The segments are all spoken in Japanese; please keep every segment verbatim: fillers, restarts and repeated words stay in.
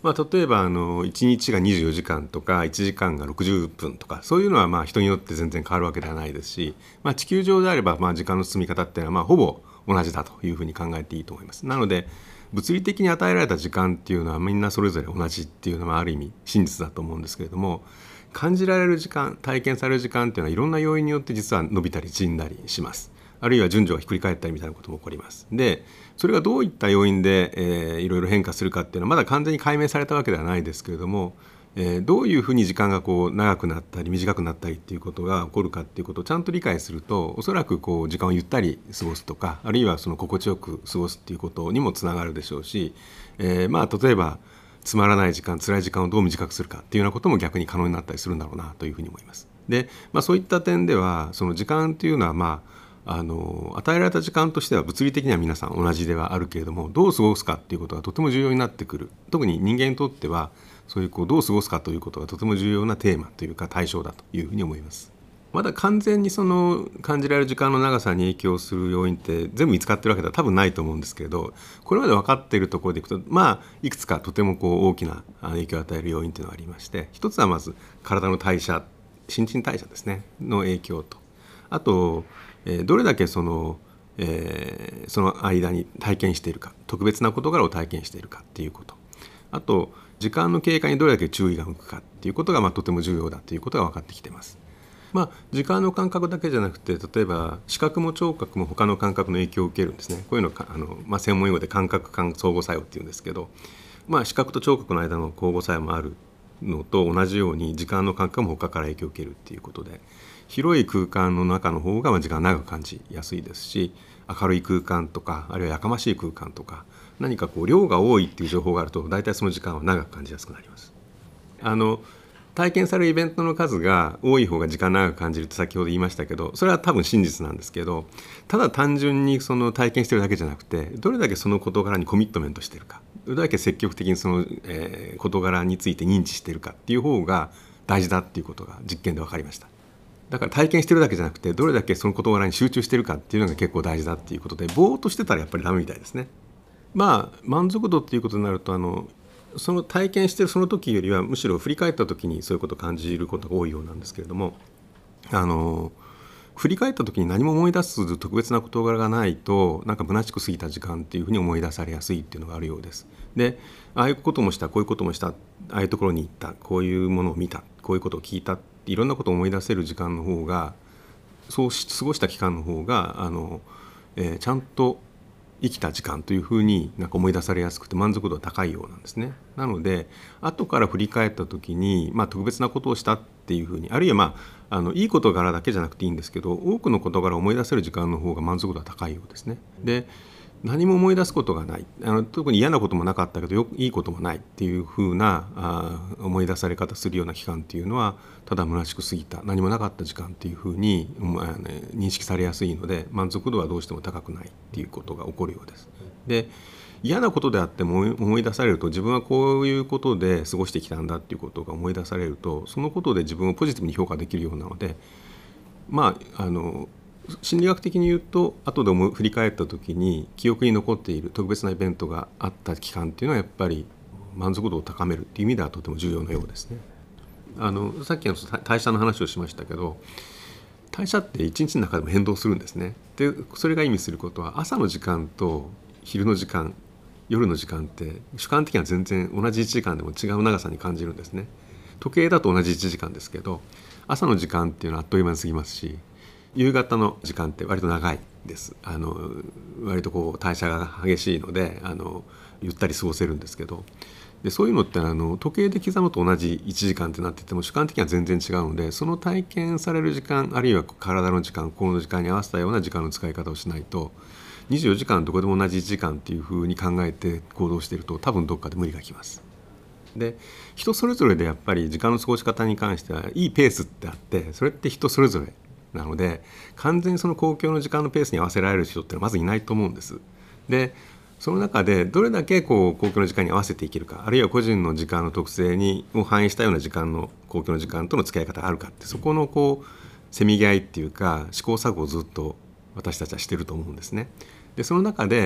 まあ、例えばあのいちにちがにじゅうよじかんとかいちじかんがろくじゅっぷんとか、そういうのはまあ人によって全然変わるわけではないですし、まあ、地球上であればまあ時間の進み方っていうのはまあほぼ同じだというふうに考えていいと思います。なので物理的に与えられた時間っていうのはみんなそれぞれ同じっていうのはある意味真実だと思うんですけれども、感じられる時間、体験される時間っていうのはいろんな要因によって実は伸びたり縮んだりします。あるいは順序がひっくり返ったりみたいなことも起こります。でそれがどういった要因で、えー、いろいろ変化するかっていうのはまだ完全に解明されたわけではないですけれども、えー、どういうふうに時間がこう長くなったり短くなったりっていうことが起こるかっていうことをちゃんと理解すると、おそらくこう時間をゆったり過ごすとか、あるいはその心地よく過ごすっていうことにもつながるでしょうし、えー、まあ例えばつまらない時間、辛い時間をどう短くするかっていうようなことも逆に可能になったりするんだろうなというふうに思います。で、まあ、そういった点ではその時間っていうのはまああの与えられた時間としては物理的には皆さん同じではあるけれども、どう過ごすかっていうことがとても重要になってくる。特に人間にとってはそういうこうどう過ごすかということがとても重要なテーマというか対象だというふうに思います。まだ完全にその感じられる時間の長さに影響する要因って全部見つかってるわけでは多分ないと思うんですけれど、これまで分かっているところでいくと、まあいくつかとてもこう大きな影響を与える要因というのがありまして、一つはまず体の代謝、新陳代謝ですねの影響と、あとどれだけその、えー、その間に体験しているか、特別な事柄を体験しているかっていうこと、あと時間の経過にどれだけ注意が向くかっていうことがまあとても重要だということが分かってきています。まあ、時間の感覚だけじゃなくて、例えば視覚も聴覚も他の感覚の影響を受けるんですね。こういうのをあの、まあ、専門用語で感覚間相互作用っていうんですけど、まあ、視覚と聴覚の間の交互作用もあるのと同じように時間の感覚も他から影響を受けるっていうことで、広い空間の中の方が時間を長く感じやすいですし、明るい空間とかあるいはやかましい空間とか、何かこう量が多いっていう情報があると大体その時間は長く感じやすくなります。あの体験されるイベントの数が多い方が時間長く感じるって先ほど言いましたけど、それは多分真実なんですけど、ただ単純にその体験してるだけじゃなくて、どれだけその事柄にコミットメントしてるか、どれだけ積極的にその、えー、事柄について認知してるかっていう方が大事だっていうことが実験で分かりました。だから体験してるだけじゃなくて、どれだけその事柄に集中してるかっていうのが結構大事だっていうことで、ぼーっとしてたらやっぱりダメみたいですね。まあ満足度っていうことになると、あのその体験しているその時よりはむしろ振り返った時にそういうことを感じることが多いようなんですけれども、あの振り返った時に何も思い出す特別な事柄がないと、なんか虚しく過ぎた時間っていうふうに思い出されやすいっていうのがあるようです。で、ああいうこともした、こういうこともした、ああいうところに行った、こういうものを見た、こういうことを聞いた、いろんなことを思い出せる時間の方が、そう過ごした期間の方があの、えー、ちゃんと生きた時間というふうになんか思い出されやすくて満足度は高いようなんですね。なので後から振り返った時に、まあ、特別なことをしたっていうふうに、あるいは、まあ、あのいい事柄だけじゃなくていいんですけど、多くの事柄を思い出せる時間の方が満足度は高いようですね。で、何も思い出すことがない、あの特に嫌なこともなかったけどよいいこともないっていうふうなあ思い出され方するような期間っていうのは、ただ虚しく過ぎた、何もなかった時間っていうふうに、まあね、認識されやすいので、満足度はどうしても高くないっていうことが起こるようです。で、嫌なことであっても思い出されると、自分はこういうことで過ごしてきたんだっていうことが思い出されると、そのことで自分をポジティブに評価できるようなので、まああの心理学的に言うと、後でも振り返った時に記憶に残っている特別なイベントがあった期間っていうのはやっぱり満足度を高めるっていう意味ではとても重要なようですね。あのさっきの代謝の話をしましたけど、代謝って一日の中でも変動するんですね。で、それが意味することは、朝の時間と昼の時間、夜の時間って主観的には全然同じいちじかんでも違う長さに感じるんですね。時計だと同じいちじかんですけど、朝の時間っていうのはあっという間に過ぎますし、夕方の時間って割と長いです。あの割とこう代謝が激しいので、あのゆったり過ごせるんですけど、でそういうのってあの時計で刻むと同じいちじかんってなってても主観的には全然違うので、その体験される時間、あるいは体の時間、心の時間に合わせたような時間の使い方をしないと、にじゅうよじかんどこでも同じいちじかんっていうふうに考えて行動していると、多分どっかで無理がきます。で、人それぞれでやっぱり時間の過ごし方に関してはいいペースってあって、それって人それぞれなので、完全にその公共の時間のペースに合わせられる人ってまずいないと思うんです。で、その中でどれだけこう公共の時間に合わせていけるか、あるいは個人の時間の特性にを反映したような時間の公共の時間との付き合い方があるかって、そこのこうせめぎ合いっていうか試行錯誤をずっと私たちはしてると思うんですね。で、その中で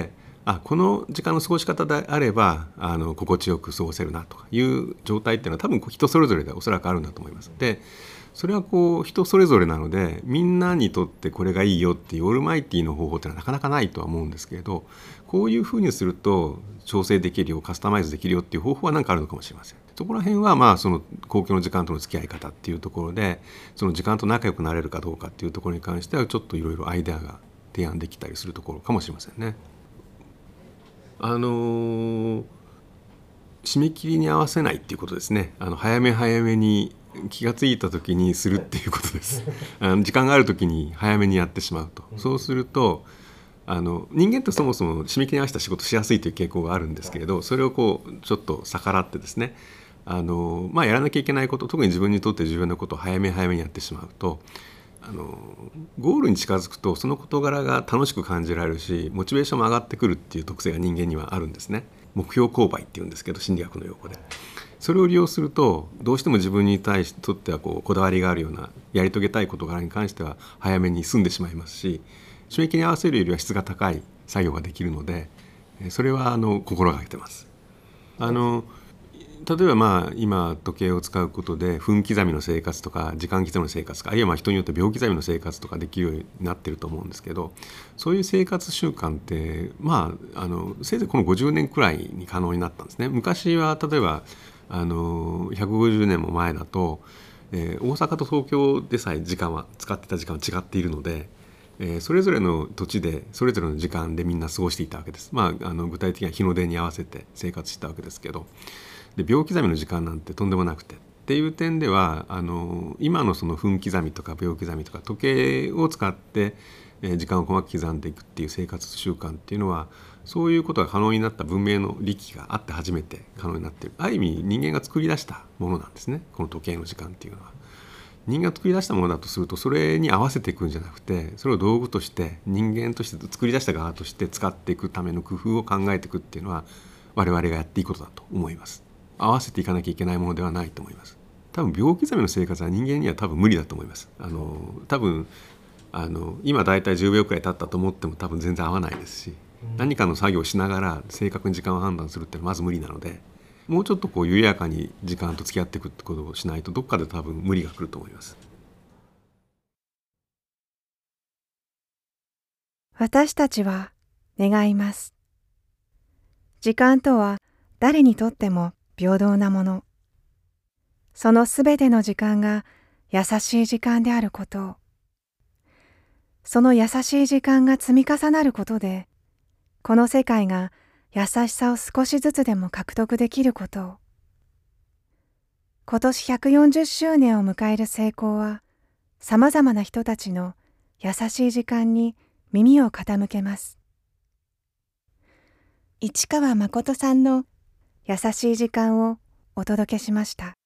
あこの時間の過ごし方であればあの心地よく過ごせるなという状態っていうのは多分人それぞれでおそらくあるんだと思います。でそれはこう人それぞれなのでみんなにとってこれがいいよっていうオールマイティの方法っていうのはなかなかないとは思うんですけれど、こういうふうにすると調整できるよカスタマイズできるよっていう方法は何かあるのかもしれません。そこら辺はまあその公共の時間との付き合い方っていうところでその時間と仲良くなれるかどうかっていうところに関してはちょっといろいろアイデアが提案できたりするところかもしれませんね。あのー締め切りに合わせないっていうことですね。あの早め早めに気がついた時にするっていうことです。あの時間がある時に早めにやってしまうと、そうするとあの人間ってそもそも締め切りに合わせた仕事しやすいという傾向があるんですけれど、それをこうちょっと逆らってですね、あの、まあ、やらなきゃいけないこと、特に自分にとって重要なことを早め早めにやってしまうと、あのゴールに近づくとその事柄が楽しく感じられるしモチベーションも上がってくるっていう特性が人間にはあるんですね。目標勾配っていうんですけど心理学の用語で、それを利用するとどうしても自分に対してとってはこうこだわりがあるようなやり遂げたい事柄に関しては早めに済んでしまいますし、締め切りに合わせるよりは質が高い作業ができるので、それはあの心がけてます。あの例えばまあ今時計を使うことで分刻みの生活とか時間刻みの生活とか、あるいはまあ人によって秒刻みの生活とかできるようになってると思うんですけど、そういう生活習慣ってまああのせいぜいこのごじゅうねんくらいに可能になったんですね。昔は例えばあのひゃくごじゅうねんも前だと、えー、大阪と東京でさえ時間は使ってた時間は違っているので、えー、それぞれの土地でそれぞれの時間でみんな過ごしていたわけです。まあ、あの具体的には日の出に合わせて生活してたわけですけど、で秒刻みの時間なんてとんでもなくてっていう点ではあの今のその分刻みとか秒刻みとか時計を使って時間を細かく刻んでいくっていう生活習慣っていうのはそういうことが可能になった文明の利器があって初めて可能になっている、ある意味人間が作り出したものなんですね。この時計の時間っていうのは人間が作り出したものだとするとそれに合わせていくんじゃなくて、それを道具として人間として作り出した側として使っていくための工夫を考えていくっていうのは我々がやっていいことだと思います。合わせていかなきゃいけないものではないと思います。多分秒刻みの生活は人間には多分無理だと思います。あの多分あの今だいたいじゅうびょうくらい経ったと思っても多分全然合わないですし、何かの作業をしながら正確に時間を判断するってのはまず無理なので、もうちょっとこう緩やかに時間と付き合っていくってことをしないとどっかで多分無理が来ると思います。 私たちは願います。時間とは誰にとっても平等なもの。そのすべての時間が優しい時間であることを。その優しい時間が積み重なることで、この世界が優しさを少しずつでも獲得できることを。今年ひゃくよんじゅっしゅうねんを迎える成功は、さまざまな人たちの優しい時間に耳を傾けます。市川誠さんの優しい時間をお届けしました。